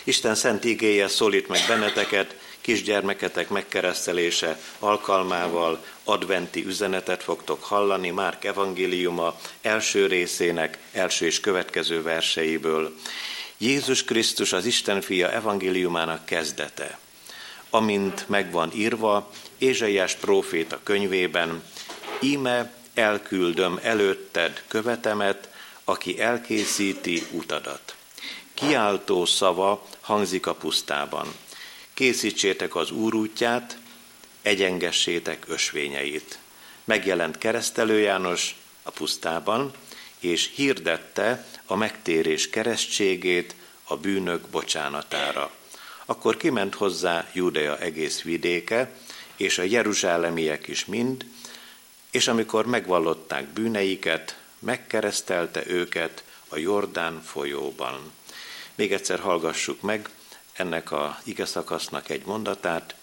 Isten szent igéje szólít meg benneteket, kisgyermeketek megkeresztelése alkalmával adventi üzenetet fogtok hallani Márk evangéliuma első részének első és következő verseiből. Jézus Krisztus az Isten fia evangéliumának kezdete. Amint megvan írva Ézsaiás próféta könyvében, íme elküldöm előtted követemet, aki elkészíti utadat. Kiáltó szava hangzik a pusztában. Készítsétek az Úr útját, egyengessétek ösvényeit. Megjelent Keresztelő János a pusztában, és hirdette a megtérés keresztségét a bűnök bocsánatára. Akkor kiment hozzá Júdea egész vidéke, és a jeruzsálemiek is mind, és amikor megvallották bűneiket, megkeresztelte őket a Jordán folyóban. Még egyszer hallgassuk meg ennek a igeszakasznak egy mondatát.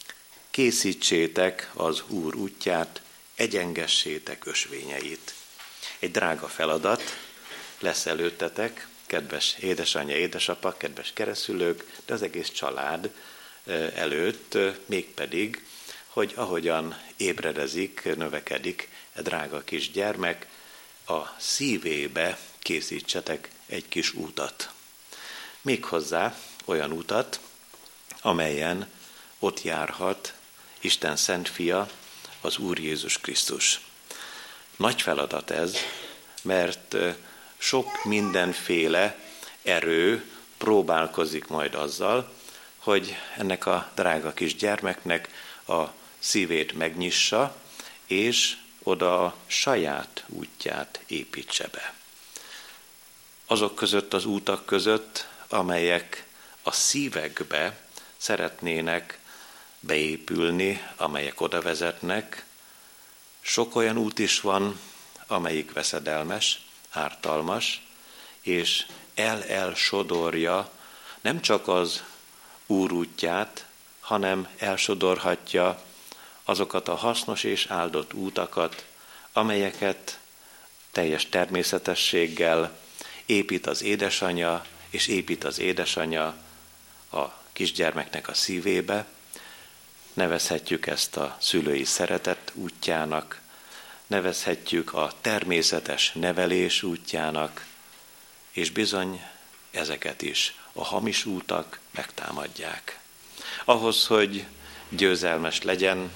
Készítsétek az Úr útját, egyengessétek ösvényeit. Egy drága feladat lesz előttetek, kedves édesanyja, édesapa, kedves keresztülők, de az egész család előtt, mégpedig, hogy ahogyan ébredezik, növekedik a drága kis gyermek, a szívébe készítsetek egy kis útat. Méghozzá olyan utat, amelyen ott járhat Isten szent fia, az Úr Jézus Krisztus. Nagy feladat ez, mert sok mindenféle erő próbálkozik majd azzal, hogy ennek a drága kis gyermeknek a szívét megnyissa, és oda a saját útját építse be. Azok között, az útak között, amelyek a szívekbe szeretnének beépülni, amelyek oda vezetnek, sok olyan út is van, amelyik veszedelmes, ártalmas, és elsodorja nem csak az Úr útját, hanem elsodorhatja azokat a hasznos és áldott útakat, amelyeket teljes természetességgel épít az édesanyja, és épít az édesanyja a kisgyermeknek a szívébe. Nevezhetjük ezt a szülői szeretet útjának, nevezhetjük a természetes nevelés útjának, és bizony ezeket is a hamis útak megtámadják. Ahhoz, hogy győzelmes legyen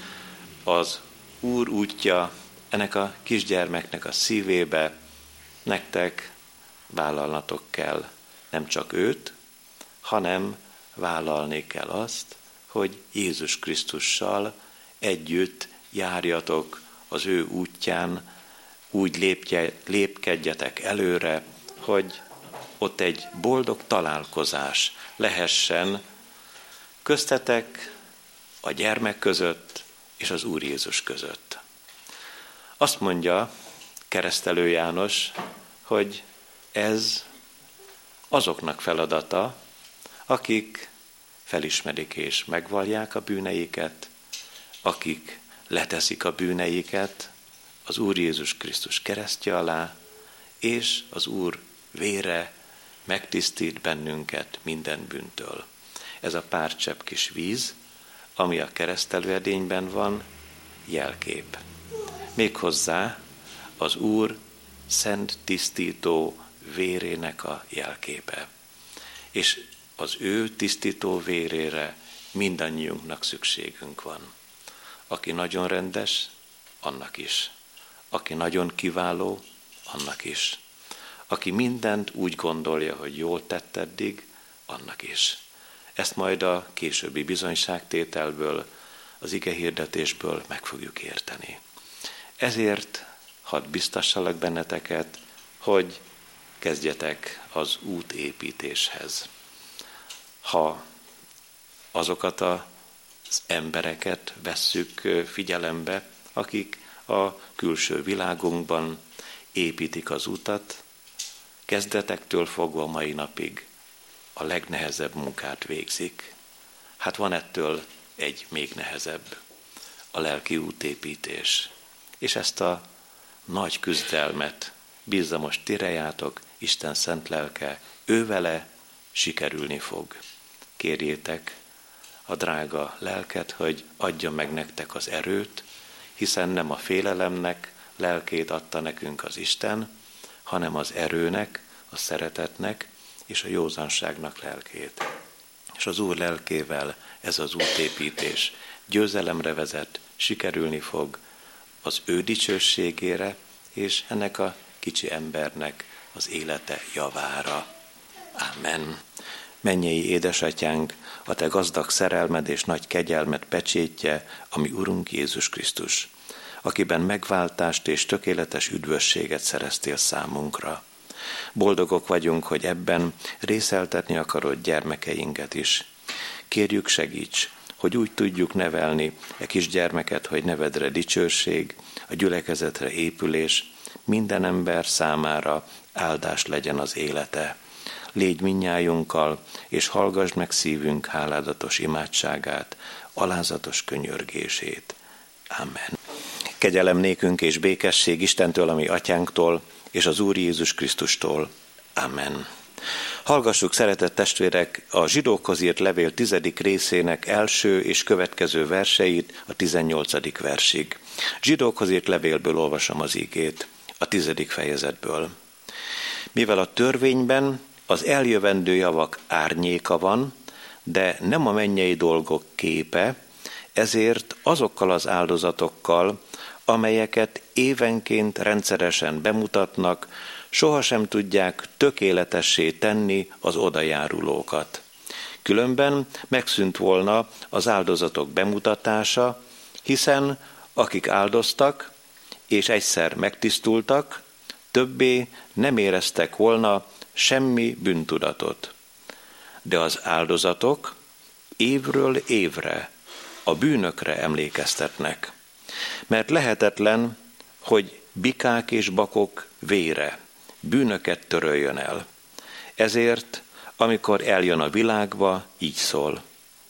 az Úr útja ennek a kisgyermeknek a szívébe, nektek vállalnatok kell nem csak őt, hanem vállalni kell azt, hogy Jézus Krisztussal együtt járjatok az ő útján, úgy lépkedjetek előre, hogy ott egy boldog találkozás lehessen köztetek, a gyermek között és az Úr Jézus között. Azt mondja Keresztelő János, hogy ez azoknak feladata, akik felismerik és megvallják a bűneiket, akik leteszik a bűneiket az Úr Jézus Krisztus keresztje alá, és az Úr vére megtisztít bennünket minden bűntől. Ez a pár csepp kis víz, ami a keresztelőedényben van, jelkép. Méghozzá az Úr szent tisztító vérének a jelképe. És az ő tisztító vérére mindannyiunknak szükségünk van. Aki nagyon rendes, annak is. Aki nagyon kiváló, annak is. Aki mindent úgy gondolja, hogy jól tett eddig, annak is. Ezt majd a későbbi bizonyságtételből, az igehirdetésből meg fogjuk érteni. Ezért hadd biztassalak benneteket, hogy kezdjetek az útépítéshez. Ha azokat az embereket vesszük figyelembe, akik a külső világunkban építik az utat, kezdetektől fogva mai napig a legnehezebb munkát végzik. Hát van ettől egy még nehezebb, a lelki útépítés. És ezt a nagy küzdelmet bízza most Tirejátok, Isten szent lelke, ő vele sikerülni fog. Kérjétek a drága lelket, hogy adja meg nektek az erőt, hiszen nem a félelemnek lelkét adta nekünk az Isten, hanem az erőnek, a szeretetnek és a józanságnak lelkét. És az Úr lelkével ez az útépítés győzelemre vezet, sikerülni fog az ő dicsőségére, és ennek a kicsi embernek az élete javára. Amen. Mennyei édesatyánk, a te gazdag szerelmed és nagy kegyelmed pecsétje, ami Urunk Jézus Krisztus, akiben megváltást és tökéletes üdvösséget szereztél számunkra. Boldogok vagyunk, hogy ebben részeltetni akarod gyermekeinket is. Kérjük, segíts, hogy úgy tudjuk nevelni e kis gyermeket, hogy nevedre dicsőség, a gyülekezetre épülés, minden ember számára áldás legyen az élete. Légy mindnyájunkkal, és hallgassd meg szívünk háládatos imádságát, alázatos könyörgését. Amen. Kegyelem nékünk és békesség Istentől, ami atyánktól, és az Úr Jézus Krisztustól. Amen. Hallgassuk, szeretett testvérek, a Zsidókhoz írt levél 10. részének első és következő verseit a 18. versig. Zsidókhoz írt levélből olvasom az igét, a 10. fejezetből. Mivel a törvényben az eljövendő javak árnyéka van, de nem a mennyei dolgok képe, ezért azokkal az áldozatokkal, amelyeket évenként rendszeresen bemutatnak, sohasem tudják tökéletessé tenni az odajárulókat. Különben megszűnt volna az áldozatok bemutatása, hiszen akik áldoztak és egyszer megtisztultak, többé nem éreztek volna semmi bűntudatot. De az áldozatok évről évre a bűnökre emlékeztetnek. Mert lehetetlen, hogy bikák és bakok vére bűnöket töröljön el. Ezért, amikor eljön a világba, így szól.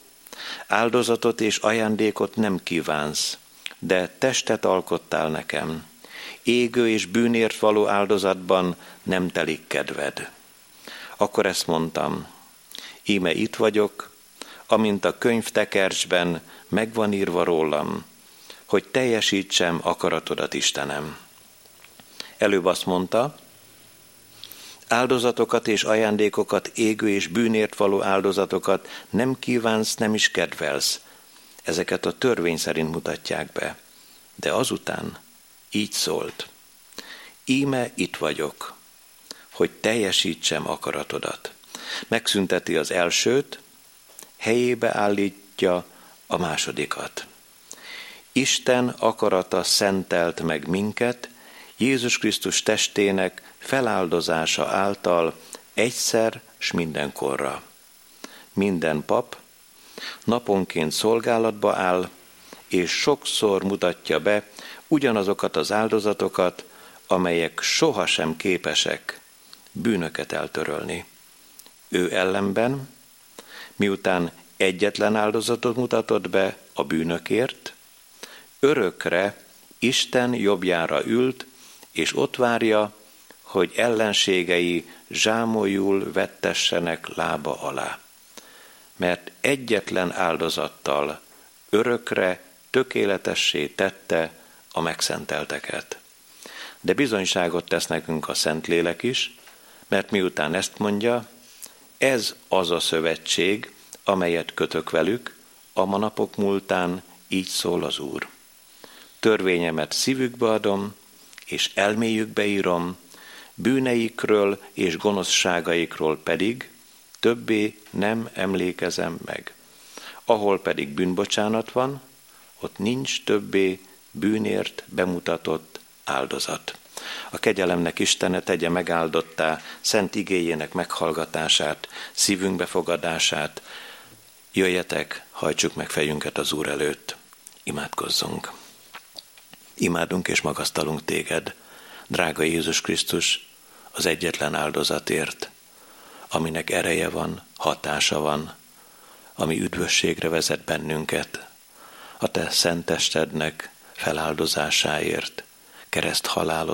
Áldozatot és ajándékot nem kívánsz, de testet alkottál nekem. Égő és bűnért való áldozatban nem telik kedved. Akkor ezt mondtam, íme itt vagyok, amint a könyvtekercsben megvan írva rólam, hogy teljesítsem akaratodat, Istenem. Előbb azt mondta, áldozatokat és ajándékokat, égő és bűnért való áldozatokat nem kívánsz, nem is kedvelsz. Ezeket a törvény szerint mutatják be. De azután így szólt, íme itt vagyok, hogy teljesítsem akaratodat. Megszünteti az elsőt, helyébe állítja a másodikat. Isten akarata szentelt meg minket, Jézus Krisztus testének feláldozása által egyszer s mindenkorra. Minden pap naponként szolgálatba áll, és sokszor mutatja be ugyanazokat az áldozatokat, amelyek sohasem képesek bűnöket eltörölni. Ő ellenben, miután egyetlen áldozatot mutatott be a bűnökért, örökre Isten jobbjára ült, és ott várja, hogy ellenségei zsámolyul vettessenek lába alá. Mert egyetlen áldozattal örökre tökéletessé tette a megszentelteket. De bizonyságot tesz nekünk a Szentlélek is, mert miután ezt mondja, ez az a szövetség, amelyet kötök velük, a manapok múltán, így szól az Úr. Törvényemet szívükbe adom, és elméjükbe írom, bűneikről és gonoszságaikról pedig többé nem emlékezem meg. Ahol pedig bűnbocsánat van, ott nincs többé bűnért bemutatott áldozat. A kegyelemnek Istene tegye megáldottá szent igéjének meghallgatását, szívünk befogadását. Jöjjetek, hajtsuk meg fejünket az Úr előtt. Imádkozzunk. Imádunk és magasztalunk téged, drága Jézus Krisztus, az egyetlen áldozatért, aminek ereje van, hatása van, ami üdvösségre vezet bennünket, a te szent testednek feláldozásáért, kereszt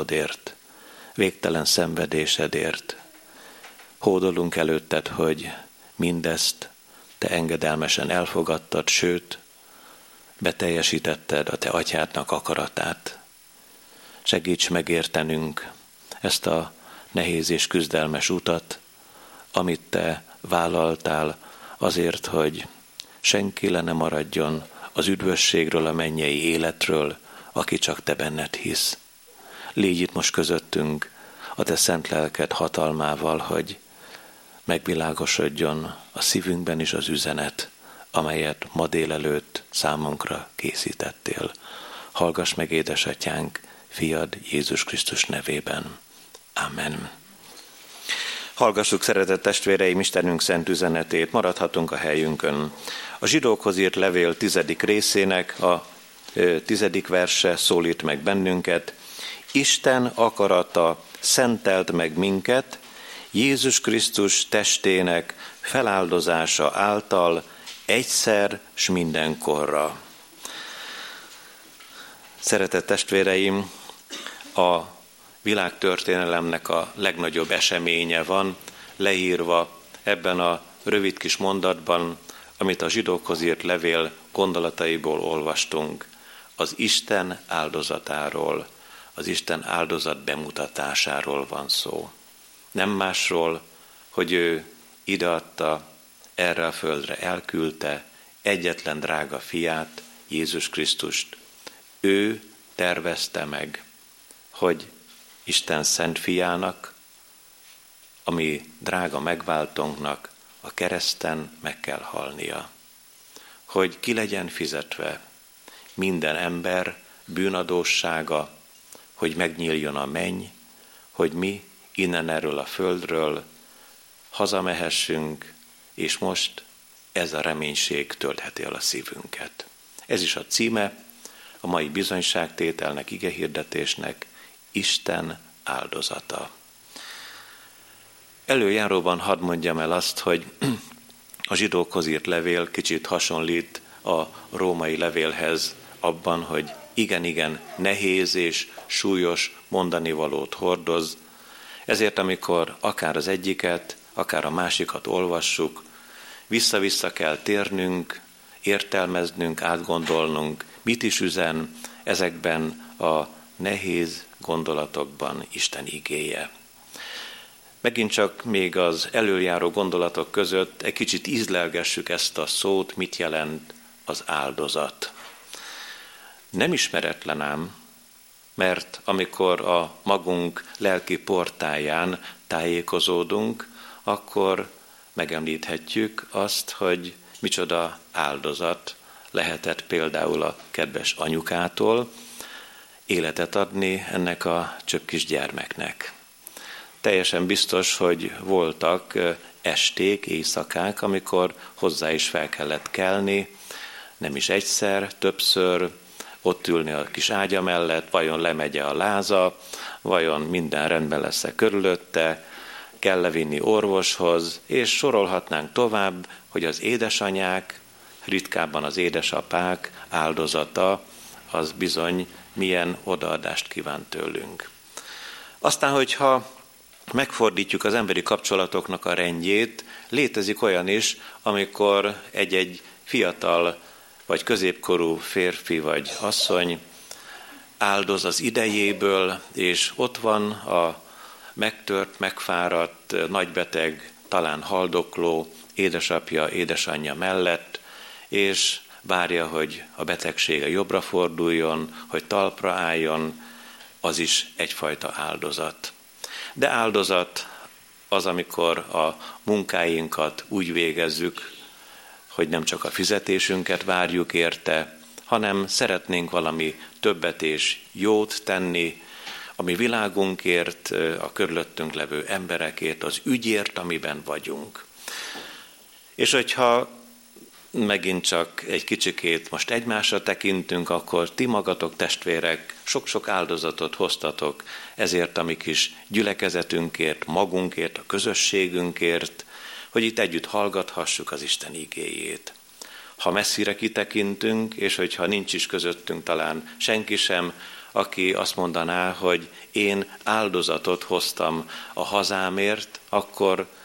halálodért, végtelen szenvedésedért. Hódolunk előtted, hogy mindezt te engedelmesen elfogadtad, sőt, beteljesítetted a te atyádnak akaratát. Segíts megértenünk ezt a nehéz és küzdelmes utat, amit te vállaltál azért, hogy senki le ne maradjon az üdvösségről, a mennyei életről, aki csak te benned hisz. Légy itt most közöttünk a te szent lelked hatalmával, hogy megvilágosodjon a szívünkben is az üzenet, amelyet ma délelőtt számunkra készítettél. Hallgass meg, édesatyánk, fiad Jézus Krisztus nevében. Amen. Hallgassuk, szeretett testvéreim, Istenünk szent üzenetét, maradhatunk a helyünkön. A zsidókhoz írt levél 10. részének a 10. verse szólít meg bennünket. Isten akarata szentelt meg minket, Jézus Krisztus testének feláldozása által egyszer s mindenkorra. Szeretett testvéreim, a világtörténelemnek a legnagyobb eseménye van leírva ebben a rövid kis mondatban, amit a zsidókhoz írt levél gondolataiból olvastunk. Az Isten áldozatáról, az Isten áldozat bemutatásáról van szó. Nem másról, hogy ő ideadta, erre a földre elküldte egyetlen drága fiát, Jézus Krisztust. Ő tervezte meg, hogy Isten szent fiának, ami drága megváltónknak a kereszten meg kell halnia. Hogy ki legyen fizetve minden ember bűnadóssága, hogy megnyíljon a menny, hogy mi innen erről a földről hazamehessünk, és most ez a reménység töltheti el a szívünket. Ez is a címe a mai bizonyságtételnek, igehirdetésnek, Isten áldozata. Előjáróban hadd mondjam el azt, hogy a zsidókhoz írt levél kicsit hasonlít a római levélhez abban, hogy igen nehéz és súlyos mondanivalót hordoz. Ezért amikor akár az egyiket, akár a másikat olvassuk, vissza-vissza kell térnünk, értelmeznünk, átgondolnunk, mit is üzen ezekben a nehéz gondolatokban Isten igéje. Megint csak még az előjáró gondolatok között egy kicsit ízlelgessük ezt a szót, mit jelent az áldozat. Nem ismeretlen ám, mert amikor a magunk lelki portáján tájékozódunk, akkor megemlíthetjük azt, hogy micsoda áldozat lehetett például a kedves anyukától életet adni ennek a csöpp kis gyermeknek. Teljesen biztos, hogy voltak esték, éjszakák, amikor hozzá is fel kellett kelni, nem is egyszer, többször, ott ülni a kis ágya mellett, vajon lemegy a láza, vajon minden rendben lesz-e körülötte, kell vinni orvoshoz, és sorolhatnánk tovább, hogy az édesanyák, ritkábban az édesapák áldozata, az bizony milyen odaadást kíván tőlünk. Aztán, hogyha megfordítjuk az emberi kapcsolatoknak a rendjét, létezik olyan is, amikor egy fiatal vagy középkorú férfi vagy asszony áldoz az idejéből, és ott van a megtört, megfáradt, nagybeteg, talán haldokló édesapja, édesanyja mellett, és várja, hogy a betegsége jobbra forduljon, hogy talpra álljon, az is egyfajta áldozat. De áldozat az, amikor a munkáinkat úgy végezzük, hogy nem csak a fizetésünket várjuk érte, hanem szeretnénk valami többet és jót tenni, a mi világunkért, a körülöttünk levő emberekért, az ügyért, amiben vagyunk. És hogyha megint csak egy kicsikét most egymásra tekintünk, akkor ti magatok, testvérek, sok-sok áldozatot hoztatok ezért a mi kis gyülekezetünkért, magunkért, a közösségünkért, hogy itt együtt hallgathassuk az Isten igéjét. Ha messzire kitekintünk, és hogyha nincs is közöttünk talán senki sem, aki azt mondaná, hogy én áldozatot hoztam a hazámért, akkor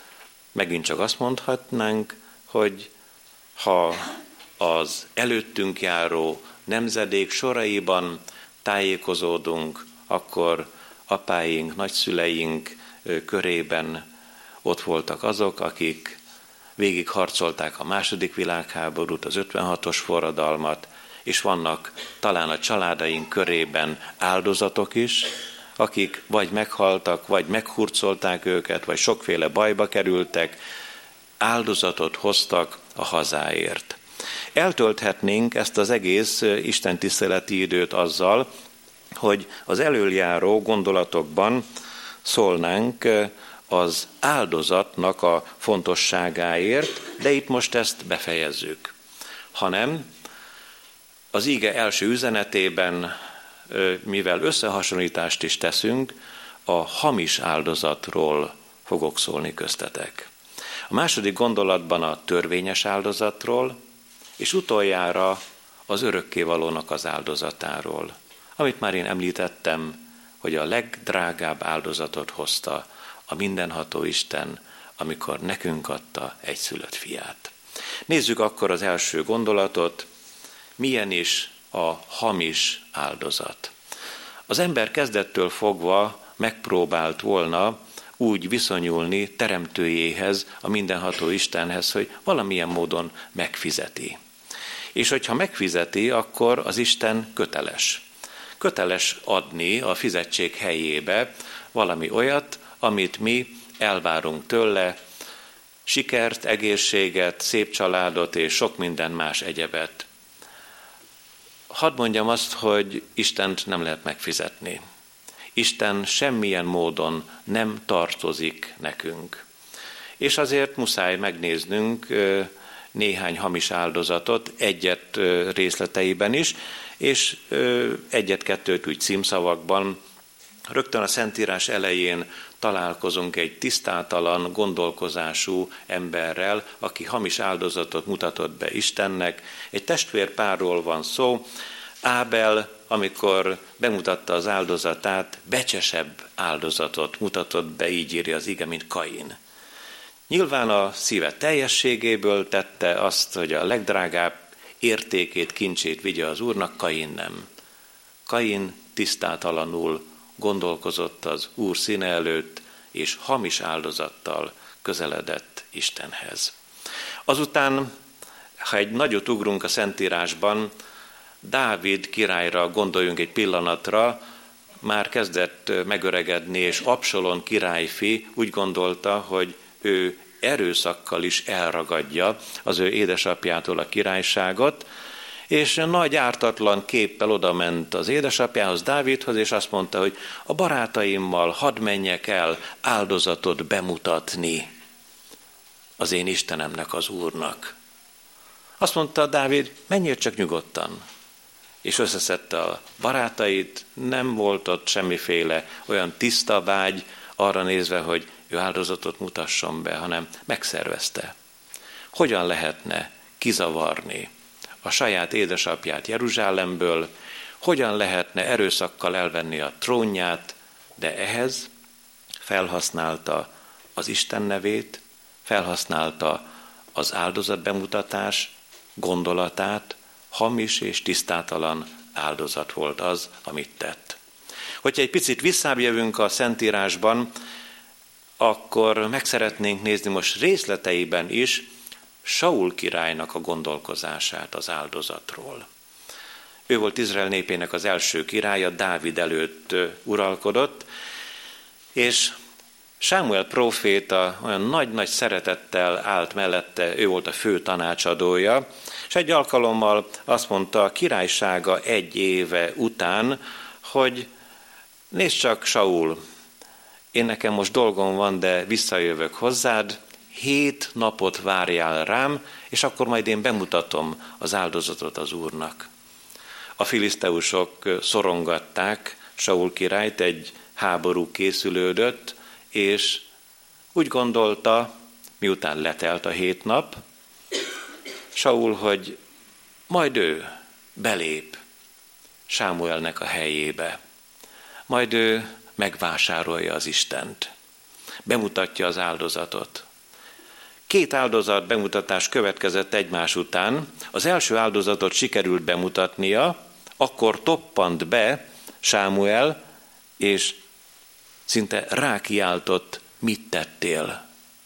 Megint csak azt mondhatnánk, hogy ha az előttünk járó nemzedék soraiban tájékozódunk, akkor apáink, nagyszüleink körében ott voltak azok, akik végig harcolták a II. Világháborút, az 56-os forradalmat, és vannak talán a családaink körében áldozatok is, akik vagy meghaltak, vagy meghurcolták őket, vagy sokféle bajba kerültek, áldozatot hoztak a hazáért. Eltölthetnénk ezt az egész istentiszteleti időt azzal, hogy az elöljáró gondolatokban szólnánk az áldozatnak a fontosságáért, de itt most ezt befejezzük. Hanem az íge első üzenetében, mivel összehasonlítást is teszünk, a hamis áldozatról fogok szólni köztetek. A második gondolatban a törvényes áldozatról, és utoljára az örökkévalónak az áldozatáról, amit már én említettem, hogy a legdrágább áldozatot hozta a mindenható Isten, amikor nekünk adta egyszülött fiát. Nézzük akkor az első gondolatot, milyen is a hamis áldozat. Az ember kezdettől fogva megpróbált volna úgy viszonyulni teremtőjéhez, a mindenható Istenhez, hogy valamilyen módon megfizeti. És hogyha megfizeti, akkor az Isten köteles. Köteles adni a fizetség helyébe valami olyat, amit mi elvárunk tőle, sikert, egészséget, szép családot és sok minden más egyebet. Hadd mondjam azt, hogy Istent nem lehet megfizetni. Isten semmilyen módon nem tartozik nekünk. És azért muszáj megnéznünk néhány hamis áldozatot, egyet részleteiben is, és egyet-kettőt úgy címszavakban. Rögtön a Szentírás elején találkozunk egy tisztátalan gondolkozású emberrel, aki hamis áldozatot mutatott be Istennek. Egy testvérpárról van szó. Ábel, amikor bemutatta az áldozatát, becsesebb áldozatot mutatott be, így írja az ige, mint Kain. Nyilván a szíve teljességéből tette azt, hogy a legdrágább értékét, kincsét vigye az Úrnak, Kain nem. Kain tisztátalanul gondolkozott az Úr színe előtt, és hamis áldozattal közeledett Istenhez. Azután, ha egy nagyot ugrunk a Szentírásban, Dávid királyra gondoljunk egy pillanatra, már kezdett megöregedni, és Absalom királyfi úgy gondolta, hogy ő erőszakkal is elragadja az ő édesapjától a királyságot, és nagy ártatlan képpel odament az édesapjához, Dávidhoz, és azt mondta, hogy a barátaimmal hadd menjek el áldozatot bemutatni az én Istenemnek, az Úrnak. Azt mondta Dávid, menjél csak nyugodtan. És összeszedte a barátait, nem volt ott semmiféle olyan tiszta vágy arra nézve, hogy ő áldozatot mutasson be, hanem megszervezte. Hogyan lehetne kizavarni a saját édesapját Jeruzsálemből, hogyan lehetne erőszakkal elvenni a trónját, de ehhez felhasználta az Isten nevét, felhasználta az áldozatbemutatás gondolatát, hamis és tisztátalan áldozat volt az, amit tett. Hogyha egy picit visszább jövünk a Szentírásban, akkor meg szeretnénk nézni most részleteiben is Saul királynak a gondolkozását az áldozatról. Ő volt Izrael népének az első királya, Dávid előtt uralkodott, és Sámuel próféta olyan nagy-nagy szeretettel állt mellette, ő volt a fő tanácsadója, és egy alkalommal azt mondta a királysága 1 éve után, hogy nézd csak, Saul, én nekem most dolgom van, de visszajövök hozzád, 7 napot várjál rám, és akkor majd én bemutatom az áldozatot az Úrnak. A filiszteusok szorongatták Saul királyt, egy háború készülődött, és úgy gondolta, miután letelt a 7 nap, Saul, hogy majd ő belép Sámuelnek a helyébe. Majd ő megvásárolja az Istent. Bemutatja az áldozatot. 2 áldozat bemutatás következett egymás után. Az első áldozatot sikerült bemutatnia, akkor toppant be Sámuel, és szinte rákiáltott, mit tettél?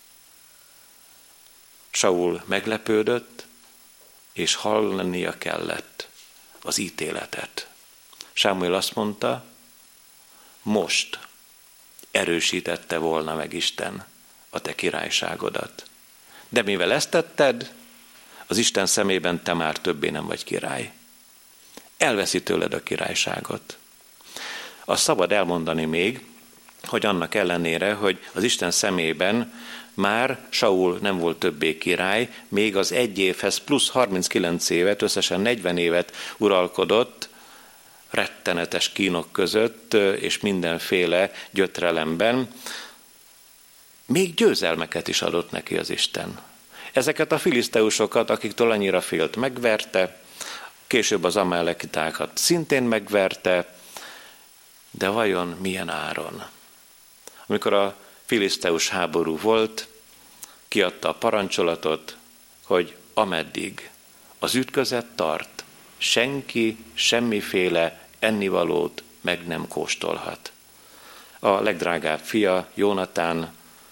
Saul meglepődött, és hallania kellett az ítéletet. Sámuel azt mondta, most erősítette volna meg Isten a te királyságodat. De mivel ezt tetted, az Isten szemében te már többé nem vagy király. Elveszi tőled a királyságot. Azt szabad elmondani még, hogy annak ellenére, hogy az Isten szemében már Saul nem volt többé király, még az 1 évhez plusz 39 évet, összesen 40 évet uralkodott, rettenetes kínok között és mindenféle gyötrelemben, még győzelmeket is adott neki az Isten. Ezeket a filiszteusokat, akiktől annyira félt, megverte, később az amalekitákat szintén megverte, de vajon milyen áron? Amikor a filiszteus háború volt, kiadta a parancsolatot, hogy ameddig az ütközet tart, senki semmiféle ennivalót meg nem kóstolhat. A legdrágább fia, Jónatán,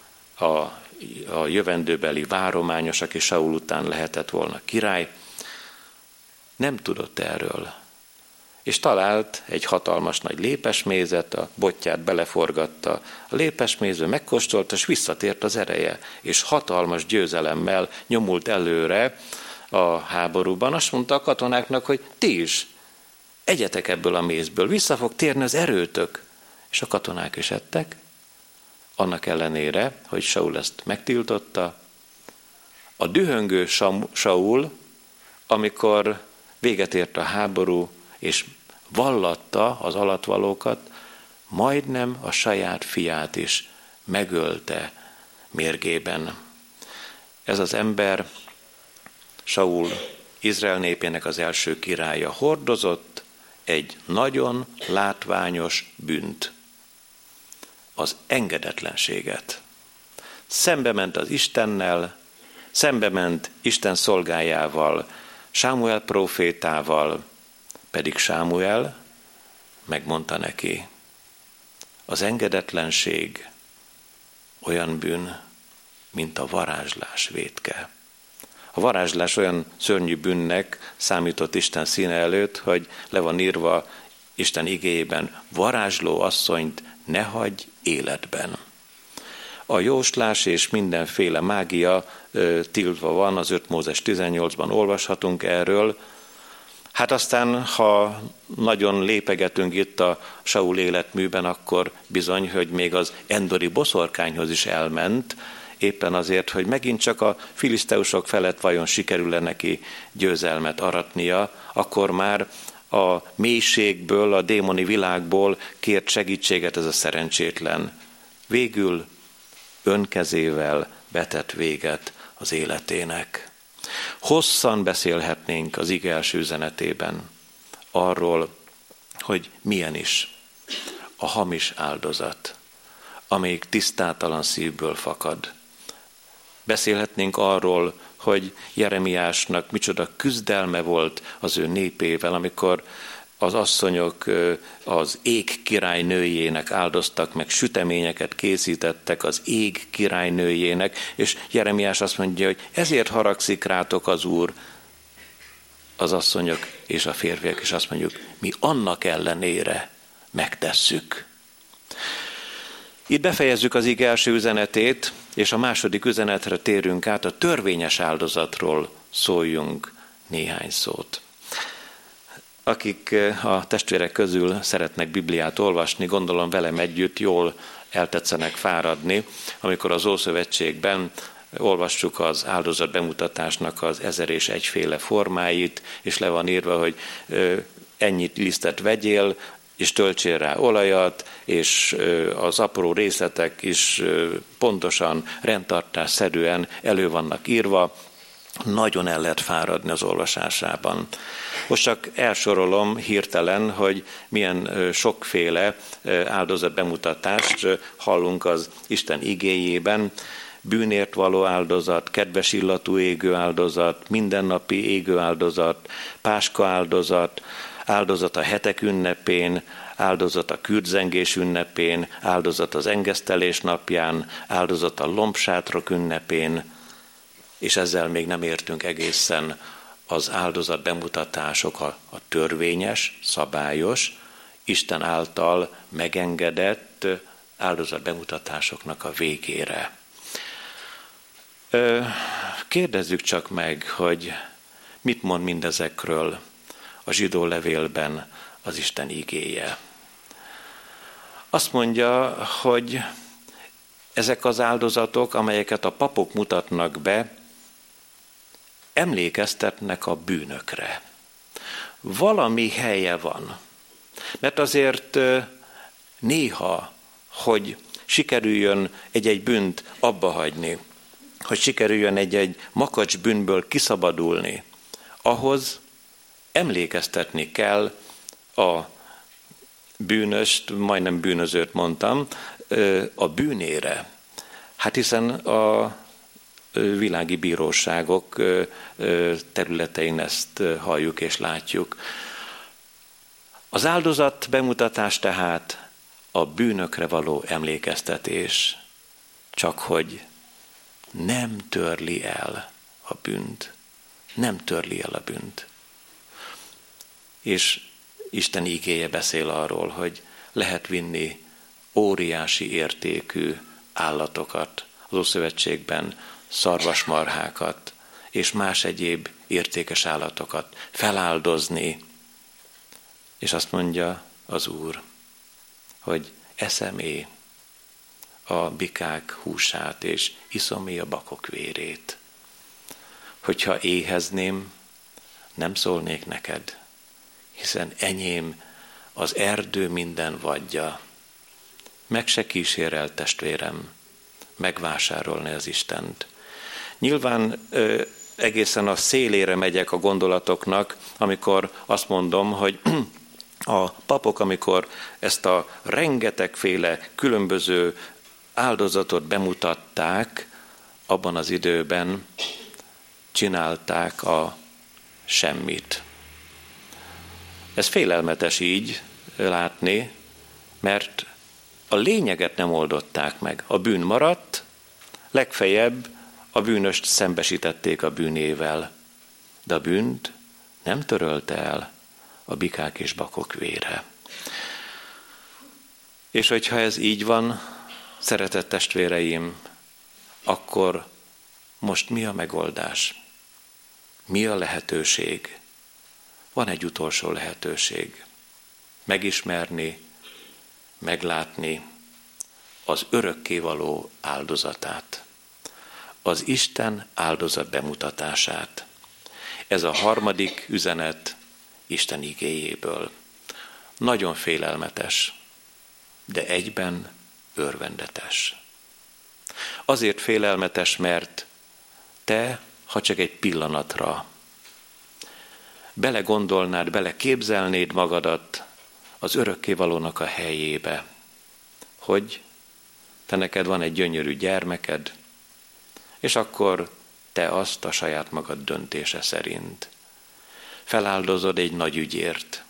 a jövendőbeli várományos, aki Saul után lehetett volna király, nem tudott erről. És talált egy hatalmas nagy lépesmézet, a botját beleforgatta a lépesmézbe, megkóstolta, és visszatért az ereje. És hatalmas győzelemmel nyomult előre a háborúban. Azt mondta a katonáknak, hogy ti is egyetek ebből a mézből, vissza fog térni az erőtök. És a katonák is ettek, annak ellenére, hogy Saul ezt megtiltotta. A dühöngő Saul, amikor véget ért a háború, és vallatta az alattvalókat, majdnem a saját fiát is megölte mérgében. Ez az ember, Saul, Izrael népének az első királya, hordozott egy nagyon látványos bűnt, az engedetlenséget. Szembe ment az Istennel, szembe ment Isten szolgájával, Sámuel prófétával, pedig Sámuel megmondta neki, az engedetlenség olyan bűn, mint a varázslás vétke. A varázslás olyan szörnyű bűnnek számított Isten színe előtt, hogy le van írva Isten igéjében, varázsló asszonyt ne hagyj életben. A jóslás és mindenféle mágia tiltva van, az 5 Mózes 18-ban olvashatunk erről. Hát aztán, ha nagyon lépegetünk itt a Saul életműben, akkor bizony, hogy még az endori boszorkányhoz is elment, éppen azért, hogy megint csak a filiszteusok felett vajon sikerül-e neki győzelmet aratnia, akkor már a mélységből, a démoni világból kért segítséget ez a szerencsétlen. Végül önkezével vetett véget az életének. Hosszan beszélhetnénk az ige első üzenetében arról, hogy milyen is a hamis áldozat, amelyik tisztátalan szívből fakad. Beszélhetnénk arról, hogy Jeremiásnak micsoda küzdelme volt az ő népével, amikor az asszonyok az ég királynőjének áldoztak, meg süteményeket készítettek az ég királynőjének, és Jeremiás azt mondja, hogy ezért haragszik rátok az Úr, az asszonyok és a férfiak, és azt mondjuk, mi annak ellenére megtesszük. Itt befejezzük az ige első üzenetét, és a második üzenetre térünk át, a törvényes áldozatról szóljunk néhány szót. Akik a testvérek közül szeretnek Bibliát olvasni, gondolom velem együtt jól eltetszenek fáradni, amikor az Ószövetségben olvassuk az áldozat bemutatásnak az 1001 féle formáit, és le van írva, hogy ennyit lisztet vegyél, és töltsél rá olajat, és az apró részletek is pontosan, rendtartásszerűen elő vannak írva, nagyon el lehet fáradni az olvasásában. Most csak elsorolom hirtelen, hogy milyen sokféle áldozat bemutatást hallunk az Isten igéjében. bűnért való áldozat, kedves illatú égő áldozat, mindennapi égő áldozat, páska áldozat, áldozat a hetek ünnepén, áldozat a kürtzengés ünnepén, áldozat az engesztelés napján, áldozat a lombsátrok ünnepén, és ezzel még nem értünk egészen az áldozat bemutatások, a törvényes, szabályos, Isten által megengedett áldozat bemutatásoknak a végére. Kérdezzük csak meg, hogy mit mond mindezekről a zsidó levélben az Isten igéje. Azt mondja, hogy ezek az áldozatok, amelyeket a papok mutatnak be, emlékeztetnek a bűnökre. Valami helye van. Mert azért néha, hogy sikerüljön egy-egy bűnt abbahagyni, hogy sikerüljön egy-egy makacs bűnből kiszabadulni, ahhoz emlékeztetni kell a bűnöst, majdnem bűnözőt mondtam, a bűnére. Hát hiszen a világi bíróságok területein ezt halljuk és látjuk. Az áldozat bemutatás tehát a bűnökre való emlékeztetés, csak hogy nem törli el a bűnt. Nem törli el a bűnt. És Isten igéje beszél arról, hogy lehet vinni óriási értékű állatokat, az Ószövetségben szarvasmarhákat és más egyéb értékes állatokat feláldozni. És azt mondja az Úr, hogy eszem-é a bikák húsát, és iszom-é a bakok vérét. Hogyha éhezném, nem szólnék neked, hiszen enyém az erdő minden vadja. Meg se kísérel, testvérem, megvásárolni az Istent. Nyilván egészen a szélére megyek a gondolatoknak, amikor azt mondom, hogy a papok, amikor ezt a rengetegféle különböző áldozatot bemutatták, abban az időben csinálták a semmit. Ez félelmetes így látni, mert a lényeget nem oldották meg. A bűn maradt, legfeljebb a bűnöst szembesítették a bűnével, de a bűnt nem törölte el a bikák és bakok vére. És hogyha ez így van, szeretett testvéreim, akkor most mi a megoldás? Mi a lehetőség? Van egy utolsó lehetőség. Megismerni, meglátni az örökkévaló áldozatát. Az Isten áldozat bemutatását. Ez a harmadik üzenet Isten igéjéből. Nagyon félelmetes, de egyben örvendetes. Azért félelmetes, mert te, ha csak egy pillanatra belegondolnád, beleképzelnéd magadat az örökkévalónak a helyébe, hogy te neked van egy gyönyörű gyermeked, és akkor te azt a saját magad döntése szerint feláldozod egy nagy ügyért.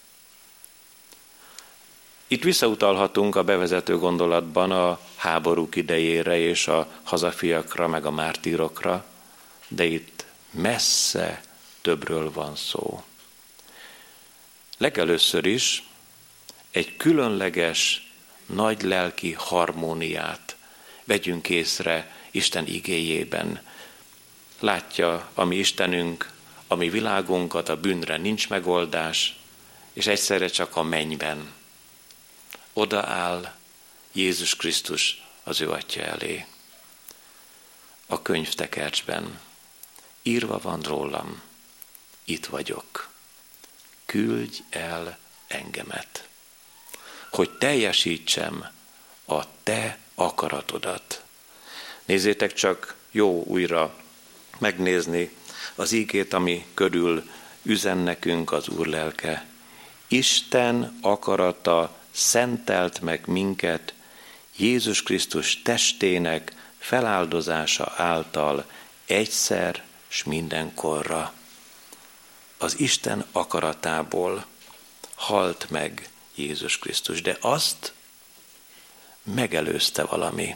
Itt visszautalhatunk a bevezető gondolatban a háborúk idejére és a hazafiakra, meg a mártírokra, de itt messze többről van szó. Legelőször is egy különleges, nagy lelki harmóniát vegyünk észre Isten igéjében. Látja a mi Istenünk, a mi világunkat, a bűnre nincs megoldás, és egyszerre csak a mennyben. Oda áll Jézus Krisztus az ő Atya elé. A könyvtekercsben írva van rólam, itt vagyok. Küldj el engemet, hogy teljesítsem a te akaratodat. Nézzétek csak, jó újra megnézni az ígét, ami körül üzen nekünk az Úr lelke. Isten akarata szentelt meg minket Jézus Krisztus testének feláldozása által egyszer s mindenkorra. Az Isten akaratából halt meg Jézus Krisztus, de azt megelőzte valami.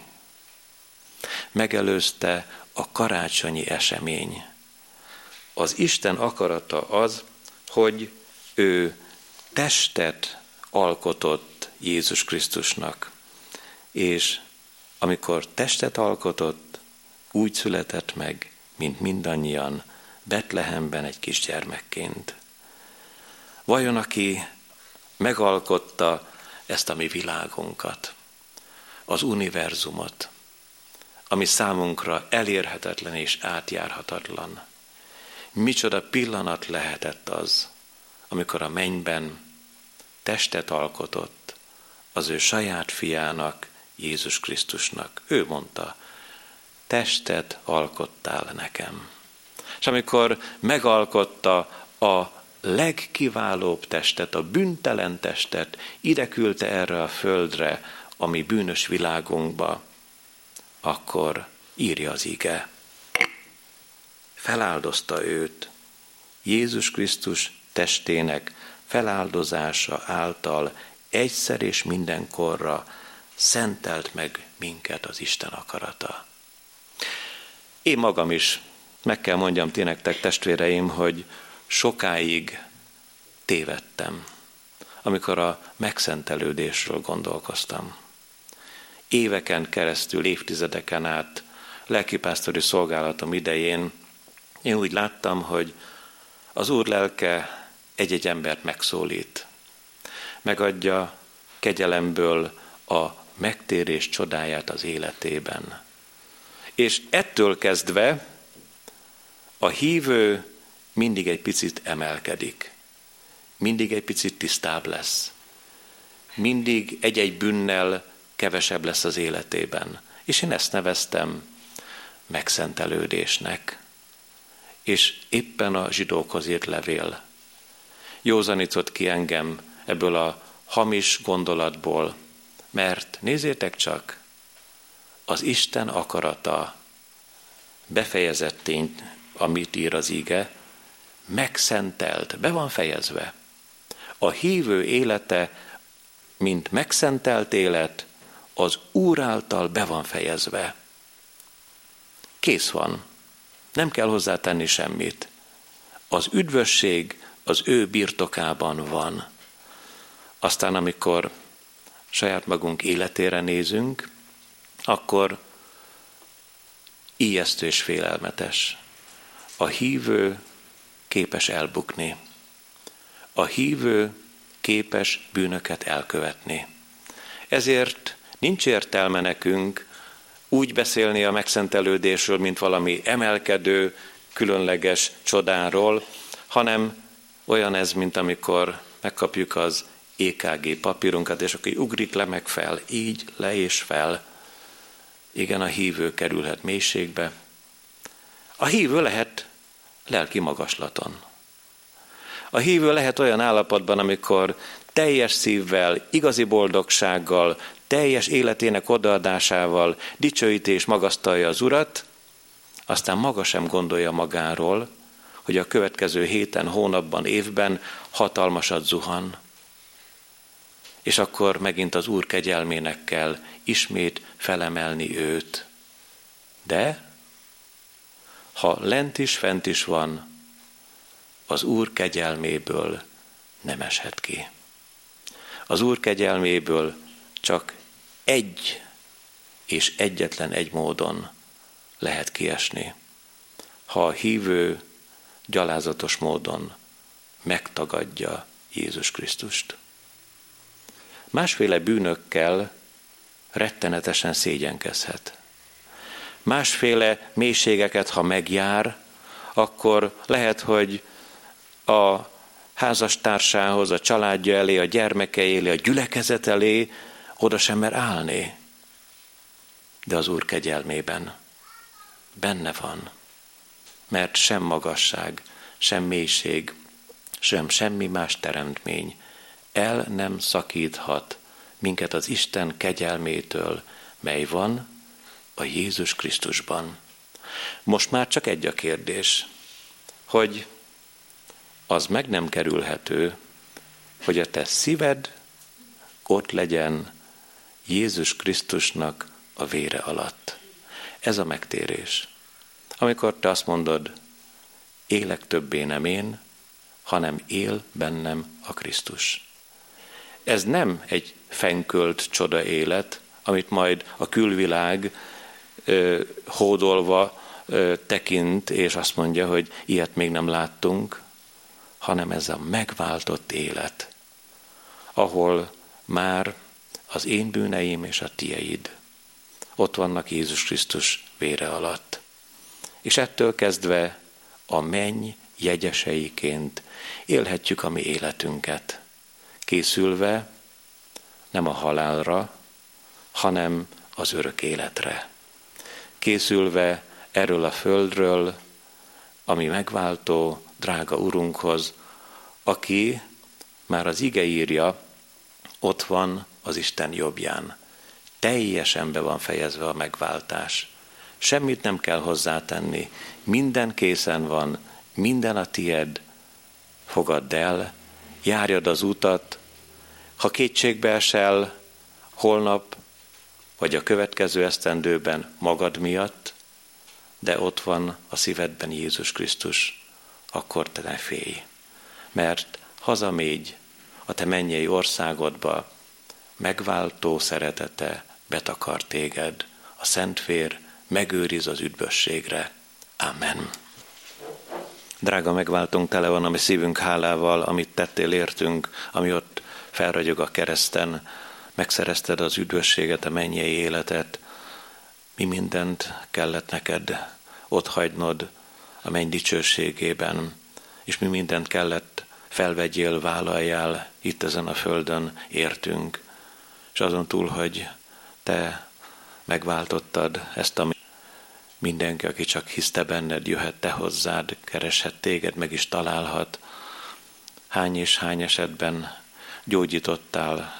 Megelőzte a karácsonyi esemény. Az Isten akarata az, hogy ő testet alkotott Jézus Krisztusnak, és amikor testet alkotott, úgy született meg, mint mindannyian, Betlehemben egy kisgyermekként. Vajon aki megalkotta ezt a mi világunkat, az univerzumot, ami számunkra elérhetetlen és átjárhatatlan. Micsoda pillanat lehetett az, amikor a mennyben testet alkotott az ő saját fiának, Jézus Krisztusnak. Ő mondta, testet alkottál nekem. És amikor megalkotta a legkiválóbb testet, a bűntelen testet, ide küldte erre a földre, a mi bűnös világunkba, akkor írja az ige. Feláldozta őt, Jézus Krisztus testének feláldozása által egyszer és mindenkorra szentelt meg minket az Isten akarata. Én magam is meg kell mondjam ti nektek, testvéreim, hogy sokáig tévedtem, amikor a megszentelődésről gondolkoztam. Éveken keresztül, évtizedeken át lelkipásztori szolgálatom idején én úgy láttam, hogy az Úr lelke egy-egy embert megszólít. Megadja kegyelemből a megtérés csodáját az életében. És ettől kezdve a hívő mindig egy picit emelkedik. Mindig egy picit tisztább lesz. Mindig egy-egy bűnnel kevesebb lesz az életében. És én ezt neveztem megszentelődésnek. És éppen a zsidókhoz írt levél józanított ki engem ebből a hamis gondolatból, mert nézzétek csak, az Isten akarata befejezett tény, amit ír az ige, megszentelt, be van fejezve. A hívő élete, mint megszentelt élet, az Úr által be van fejezve. Kész van. Nem kell hozzátenni semmit. Az üdvösség az ő birtokában van. Aztán, amikor saját magunk életére nézünk, akkor ijesztő és félelmetes. A hívő képes elbukni. A hívő képes bűnöket elkövetni. Ezért nincs értelme nekünk úgy beszélni a megszentelődésről, mint valami emelkedő, különleges csodáról, hanem olyan ez, mint amikor megkapjuk az EKG papírunkat, és akkor ugrik le meg fel, így le és fel. Igen, a hívő kerülhet mélységbe. A hívő lehet lelki magaslaton. A hívő lehet olyan állapotban, amikor teljes szívvel, igazi boldogsággal, teljes életének odaadásával dicsőíti és magasztalja az Urat, aztán maga sem gondolja magáról, hogy a következő héten, hónapban, évben hatalmasat zuhan. És akkor megint az Úr kegyelmének kell ismét felemelni őt. De ha lent is, fent is van, az Úr kegyelméből nem eshet ki. Az Úr kegyelméből csak egy és egyetlen egy módon lehet kiesni. Ha a hívő gyalázatos módon megtagadja Jézus Krisztust. Másféle bűnökkel rettenetesen szégyenkezhet. Másféle mélységeket, ha megjár, akkor lehet, hogy a házastársához, a családja elé, a gyermekei elé, a gyülekezet elé oda sem mer állni. De az Úr kegyelmében benne van, mert sem magasság, sem mélység, sem semmi más teremtmény el nem szakíthat minket az Isten kegyelmétől, mely van a Jézus Krisztusban. Most már csak egy a kérdés, hogy az meg nem kerülhető, hogy a te szíved ott legyen Jézus Krisztusnak a vére alatt. Ez a megtérés. Amikor te azt mondod, élek többé nem én, hanem él bennem a Krisztus. Ez nem egy fenkölt csoda élet, amit majd a külvilág hódolva tekint, és azt mondja, hogy ilyet még nem láttunk, hanem ez a megváltott élet, ahol már az én bűneim és a tieid ott vannak Jézus Krisztus vére alatt. És ettől kezdve a menny jegyeseiként élhetjük a mi életünket, készülve nem a halálra, hanem az örök életre. Készülve erről a földről, ami megváltó, drága Urunkhoz, aki már az ige írja, ott van az Isten jobbján. Teljesen be van fejezve a megváltás. Semmit nem kell hozzátenni. Minden készen van, minden a tied. Fogadd el, járjad az utat. Ha kétségbe esel holnap, vagy a következő esztendőben magad miatt, de ott van a szívedben Jézus Krisztus, akkor te ne félj. Mert hazamégy a te mennyei országodba, megváltó szeretete betakar téged, a Szentvér megőriz az üdvösségre. Amen. Drága megváltunk, tele van a mi szívünk hálával, amit tettél értünk, ami ott felragyog a kereszten, megszerezted az üdvösséget, a mennyei életet. Mi mindent kellett neked otthagynod a menny dicsőségében, és mi mindent kellett felvegyél, vállaljál itt ezen a földön értünk. És azon túl, hogy te megváltottad ezt a mindenki, aki csak hiszte benned, jöhet te hozzád, kereshet téged, meg is találhat. Hány és hány esetben gyógyítottál,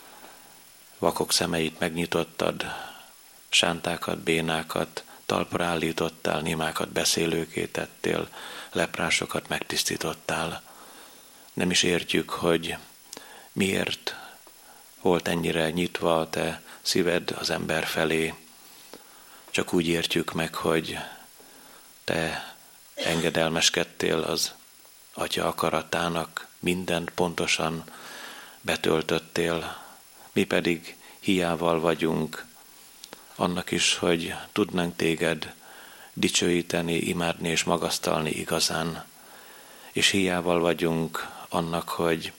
vakok szemeit megnyitottad, sántákat, bénákat, talpra állítottál, némákat beszélőké tettél, leprásokat megtisztítottál. Nem is értjük, hogy miért volt ennyire nyitva a te szíved az ember felé. Csak úgy értjük meg, hogy te engedelmeskedtél az Atya akaratának, mindent pontosan betöltöttél, mi pedig hiával vagyunk annak is, hogy tudnánk téged dicsőíteni, imádni és magasztalni igazán, és hiával vagyunk annak, hogy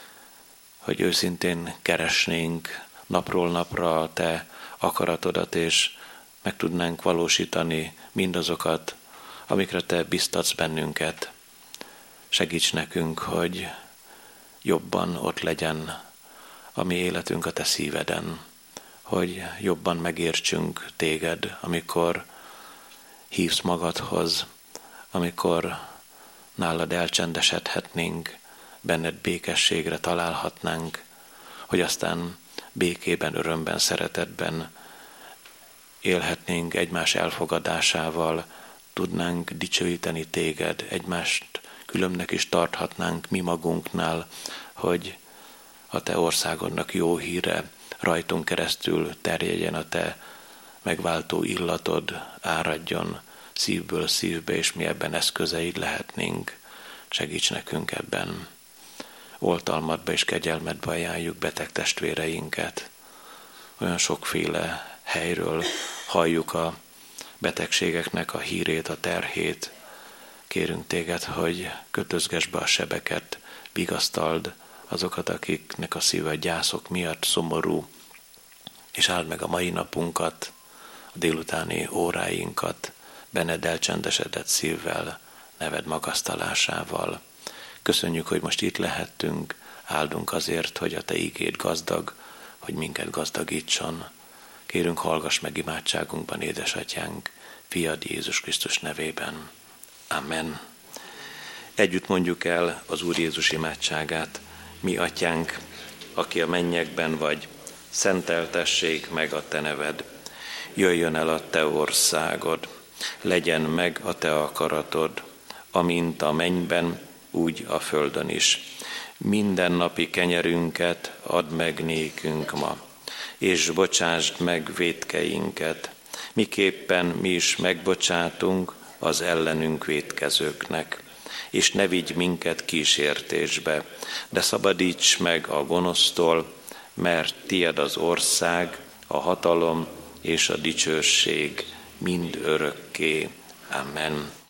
őszintén keresnénk napról napra a te akaratodat, és meg tudnánk valósítani mindazokat, amikre te biztatsz bennünket. Segíts nekünk, hogy jobban ott legyen a mi életünk a te szíveden, hogy jobban megértsünk téged, amikor hívsz magadhoz, amikor nálad elcsendesedhetnénk, benned békességre találhatnánk, hogy aztán békében, örömben, szeretetben élhetnénk egymás elfogadásával, tudnánk dicsőíteni téged, egymást különbnek is tarthatnánk mi magunknál, hogy a te országodnak jó híre rajtunk keresztül terjedjen, a te megváltó illatod áradjon szívből szívbe, és mi ebben eszközeid lehetnénk. Segíts nekünk ebben. Oltalmadba és kegyelmedbe ajánljuk beteg testvéreinket. Olyan sokféle helyről halljuk a betegségeknek a hírét, a terhét. Kérünk téged, hogy kötözgess be a sebeket, vigasztald azokat, akiknek a szíve gyászok miatt szomorú, és áld meg a mai napunkat, a délutáni óráinkat, benned elcsendesedett szívvel, neved magasztalásával. Köszönjük, hogy most itt lehettünk, áldunk azért, hogy a te ígéd gazdag, hogy minket gazdagítson. Kérünk, hallgass meg imádságunkban, édesatyánk, fiad Jézus Krisztus nevében. Amen. Együtt mondjuk el az Úr Jézus imádságát. Mi atyánk, aki a mennyekben vagy, szenteltessék meg a te neved. jöjjön el a te országod, legyen meg a te akaratod, amint a mennyben, úgy a földön is. Mindennapi kenyerünket add meg nékünk ma, és bocsásd meg vétkeinket, miképpen mi is megbocsátunk az ellenünk vétkezőknek. És ne vigy minket kísértésbe, de szabadíts meg a gonosztól, mert tied az ország, a hatalom és a dicsőség mind örökké. Amen.